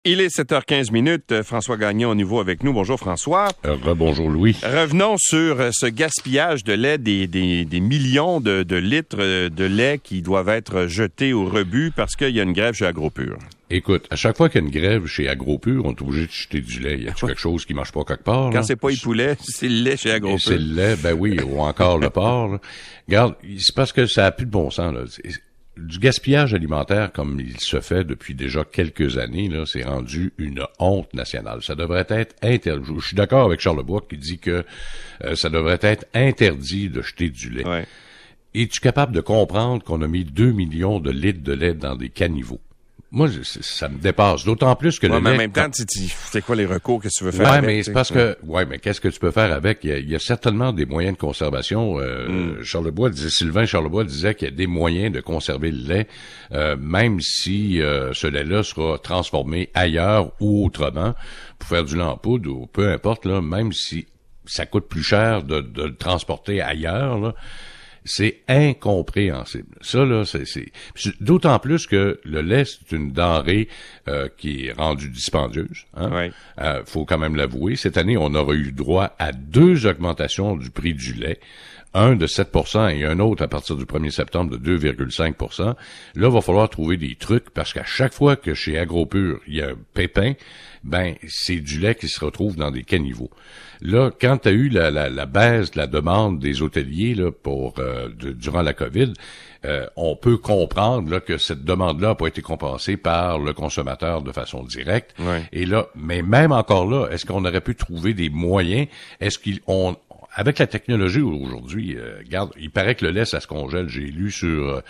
Il est 7h15. François Gagnon au nouveau avec nous. Bonjour François. Bonjour Louis. Revenons sur ce gaspillage de lait, des millions de litres de lait qui doivent être jetés au rebut parce qu'il y a une grève chez AgroPure. Écoute, à chaque fois qu'il y a une grève chez AgroPure, on est obligé de jeter du lait. Y a-t-il quelque chose qui marche pas quelque part? Quand c'est pas le poulet, c'est le lait chez AgroPure. C'est le lait, ben oui, ou encore le porc. Là. Regarde, c'est parce que ça a plus de bon sens. Là. Du gaspillage alimentaire, comme il se fait depuis déjà quelques années, là, c'est rendu une honte nationale. Ça devrait être interdit. Je suis d'accord avec Charles Lebois qui dit que ça devrait être interdit de jeter du lait. Ouais. Es-tu capable de comprendre qu'on a mis 2 millions de litres de lait dans des caniveaux? Moi, ça me dépasse. D'autant plus que le lait... mais en même temps, c'est quoi les recours que tu veux faire ouais, avec? Mais c'est parce que... Ouais, mais qu'est-ce que tu peux faire avec? Il y a certainement des moyens de conservation. Sylvain Charlebois disait qu'il y a des moyens de conserver le lait, même si ce lait-là sera transformé ailleurs ou autrement pour faire du lait en poudre ou peu importe, là, même si ça coûte plus cher de le transporter ailleurs, là. C'est incompréhensible. Ça, là, c'est d'autant plus que le lait, c'est une denrée qui est rendue dispendieuse. Hein? Ouais. Faut quand même l'avouer. Cette année, on aurait eu droit à 2 augmentations du prix du lait. Un de 7% et un autre à partir du 1er septembre de 2,5%. Là, il va falloir trouver des trucs parce qu'à chaque fois que chez AgroPure, il y a un pépin, ben, c'est du lait qui se retrouve dans des caniveaux. Là, quand tu as eu la baisse de la demande des hôteliers là durant la COVID, on peut comprendre là que cette demande-là n'a pas été compensée par le consommateur de façon directe. Ouais. Et là, mais même encore là, est-ce qu'on aurait pu trouver des moyens? Avec la technologie aujourd'hui, regarde, il paraît que le lait, ça se congèle. J'ai lu sur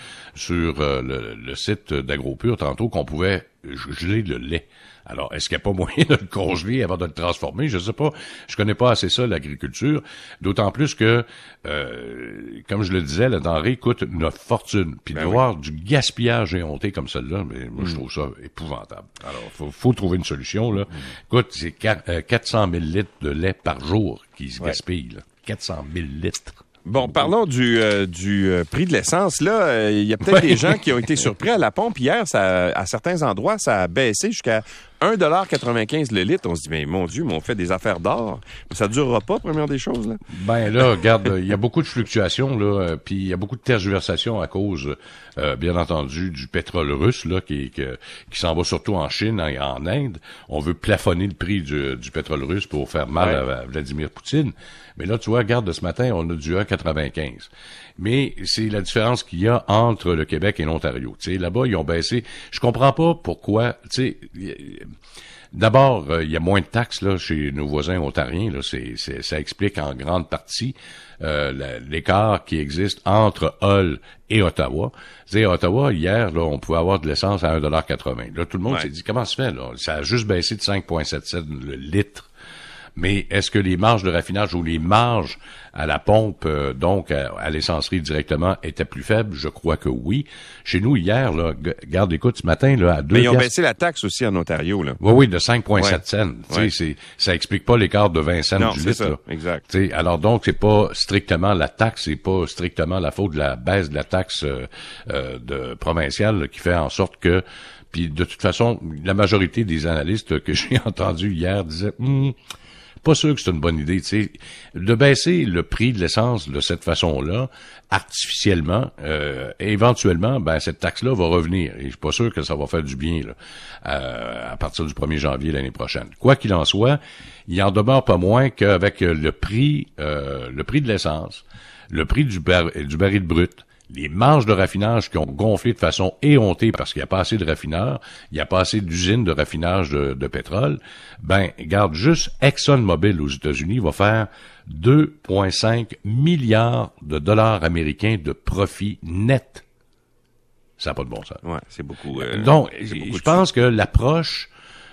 le site d'AgroPure tantôt qu'on pouvait geler le lait. Alors, est-ce qu'il n'y a pas moyen de le congeler avant de le transformer? Je sais pas. Je connais pas assez ça, l'agriculture. D'autant plus que, comme je le disais, la denrée coûte une fortune. Puis de voir du gaspillage éhonté comme celle-là, mais moi, je trouve ça épouvantable. Alors, faut trouver une solution, là. Écoute, c'est 400 000 litres de lait par jour qui se gaspillent, là. 400 000 litres. Bon, parlons du prix de l'essence. Là, il y a peut-être des gens qui ont été surpris à la pompe. Hier, à certains endroits, ça a baissé jusqu'à 1,95 $ le litre. On se dit, mais mon Dieu, mais on fait des affaires d'or. Ça durera pas, première des choses, là? Ben là, regarde, il y a beaucoup de fluctuations, là, puis il y a beaucoup de tergiversations à cause, bien entendu, du pétrole russe, là, qui s'en va surtout en Chine et en Inde. On veut plafonner le prix du pétrole russe pour faire mal à Vladimir Poutine. Mais là, tu vois, regarde, ce matin, on a du 1,95. Mais c'est la différence qu'il y a entre le Québec et l'Ontario. Tu sais, là-bas, ils ont baissé. Je comprends pas pourquoi, tu sais, d'abord, il y a moins de taxes, là, chez nos voisins ontariens, là. Ça explique en grande partie, l'écart qui existe entre Hull et Ottawa. Tu sais, à Ottawa, hier, là, on pouvait avoir de l'essence à 1,80 $. Là, tout le monde s'est dit, comment ça se fait, là? Ça a juste baissé de 5,77 le litre. Mais est-ce que les marges de raffinage ou les marges à la pompe, donc à l'essencerie directement, étaient plus faibles? Je crois que oui. Chez nous, hier, là, garde, écoute, ce matin, là, à 2 Mais ils ont baissé la taxe aussi en Ontario, là. Oui, de 5,7 cents. Tu sais, ça explique pas l'écart de 20 cents du litre. Ça, là. exact. Tu sais, alors donc, c'est pas strictement la taxe, c'est pas strictement la faute de la baisse de la taxe de provinciale là, qui fait en sorte que... Puis de toute façon, la majorité des analystes que j'ai entendus hier disaient... Pas sûr que c'est une bonne idée, tu sais, de baisser le prix de l'essence de cette façon-là, artificiellement, éventuellement, ben cette taxe-là va revenir. Et je suis pas sûr que ça va faire du bien là, à partir du 1er janvier l'année prochaine. Quoi qu'il en soit, il en demeure pas moins qu'avec le prix de l'essence, le prix du baril brut, les marges de raffinage qui ont gonflé de façon éhontée parce qu'il n'y a pas assez de raffineurs, il n'y a pas assez d'usines de raffinage de pétrole, ben, regarde, juste ExxonMobil aux États-Unis va faire 2,5 milliards de dollars américains de profit net. Ça n'a pas de bon sens. Ouais, c'est beaucoup. Donc, je pense que l'approche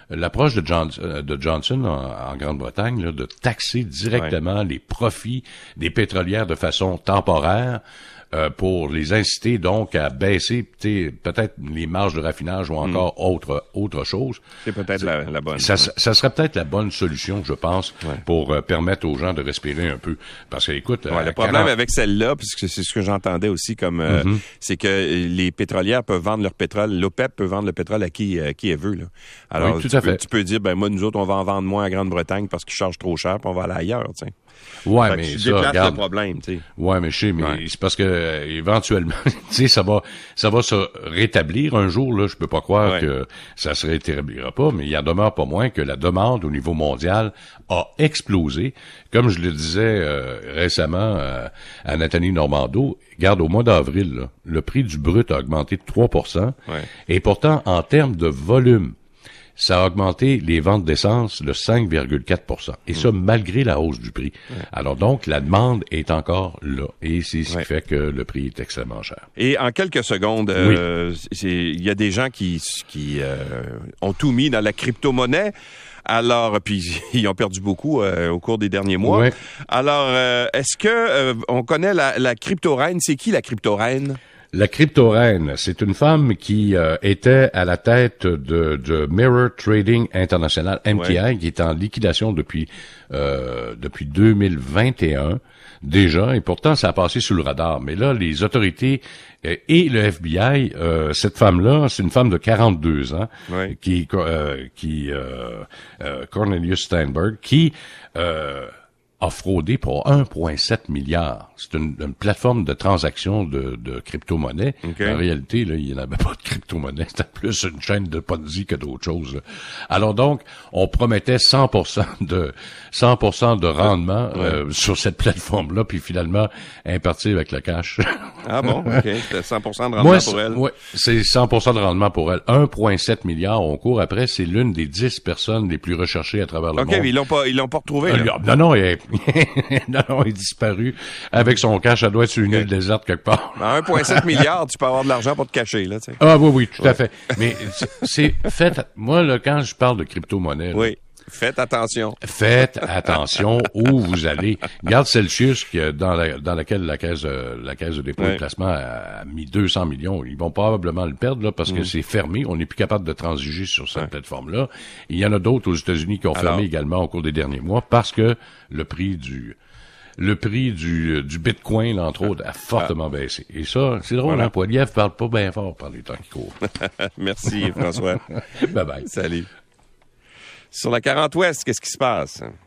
de Johnson en Grande-Bretagne, là, de taxer directement les profits des pétrolières de façon temporaire, pour les inciter donc à baisser peut-être les marges de raffinage ou encore autre chose. C'est peut-être la bonne. Ça serait peut-être la bonne solution, je pense, pour permettre aux gens de respirer un peu. Parce que, écoute... le problème avec celle-là, parce que c'est ce que j'entendais aussi, comme c'est que les pétrolières peuvent vendre leur pétrole, l'OPEP peut vendre le pétrole à qui elle veut. Là. Alors, oui, tout à fait. Tu peux dire, moi, nous autres, on va en vendre moins en Grande-Bretagne parce qu'ils chargent trop cher, puis on va aller ailleurs, tu sais. Ouais, mais ça, regarde le problème, tu sais. Ouais, mais c'est parce que éventuellement, tu sais, ça va se rétablir un jour là. Je peux pas croire que ça se rétablira pas, mais il en demeure pas moins que la demande au niveau mondial a explosé. Comme je le disais récemment à Nathalie Normando, regarde, au mois d'avril, là, le prix du brut a augmenté de 3%, et pourtant en termes de volume, ça a augmenté les ventes d'essence de 5,4%. Et ça, malgré la hausse du prix. Alors donc, la demande est encore là. Et c'est ce qui fait que le prix est extrêmement cher. Et en quelques secondes, il y a des gens qui ont tout mis dans la crypto-monnaie. Alors, puis ils ont perdu beaucoup au cours des derniers mois. Ouais. Alors, est-ce que on connaît la crypto-reine? C'est qui la crypto-reine? La crypto-reine, c'est une femme qui était à la tête de Mirror Trading International, MTI, qui est en liquidation depuis 2021 déjà, et pourtant ça a passé sous le radar. Mais là, les autorités et le FBI, cette femme-là, c'est une femme de 42 ans, Cornelius Steinberg, qui a fraudé pour 1,7 milliard. C'est une plateforme de transaction de crypto-monnaie. En réalité, là, il n'y en avait pas de crypto-monnaie. C'était plus une chaîne de Ponzi que d'autres choses, là. Alors donc, on promettait 100% de rendement sur cette plateforme-là, puis finalement, elle est partie avec le cash. Ah bon? OK. C'était 100% de rendement pour elle. Oui, c'est 100% de rendement pour elle. 1,7 milliard, on court après. C'est l'une des 10 personnes les plus recherchées à travers le monde. OK, mais ils l'ont pas retrouvé, là. Non, il est disparu avec son cash. Ça doit être sur une île déserte quelque part. À 1,7 milliard, tu peux avoir de l'argent pour te cacher, là, tu sais. Ah oui, tout à fait. Mais moi, là, quand je parle de crypto-monnaie, faites attention. Faites attention où vous allez. Regarde Celsius, dans laquelle la caisse de dépôt et de placement a mis 200 millions. Ils vont probablement le perdre, là, parce que c'est fermé. On n'est plus capable de transiger sur cette plateforme-là. Il y en a d'autres aux États-Unis qui ont fermé également au cours des derniers mois parce que le prix du Bitcoin, là, entre autres, a fortement baissé. Et ça, c'est drôle, hein? Poilievre parle pas bien fort par les temps qui courent. Merci, François. Bye bye. Salut. Sur la 40 Ouest, qu'est-ce qui se passe?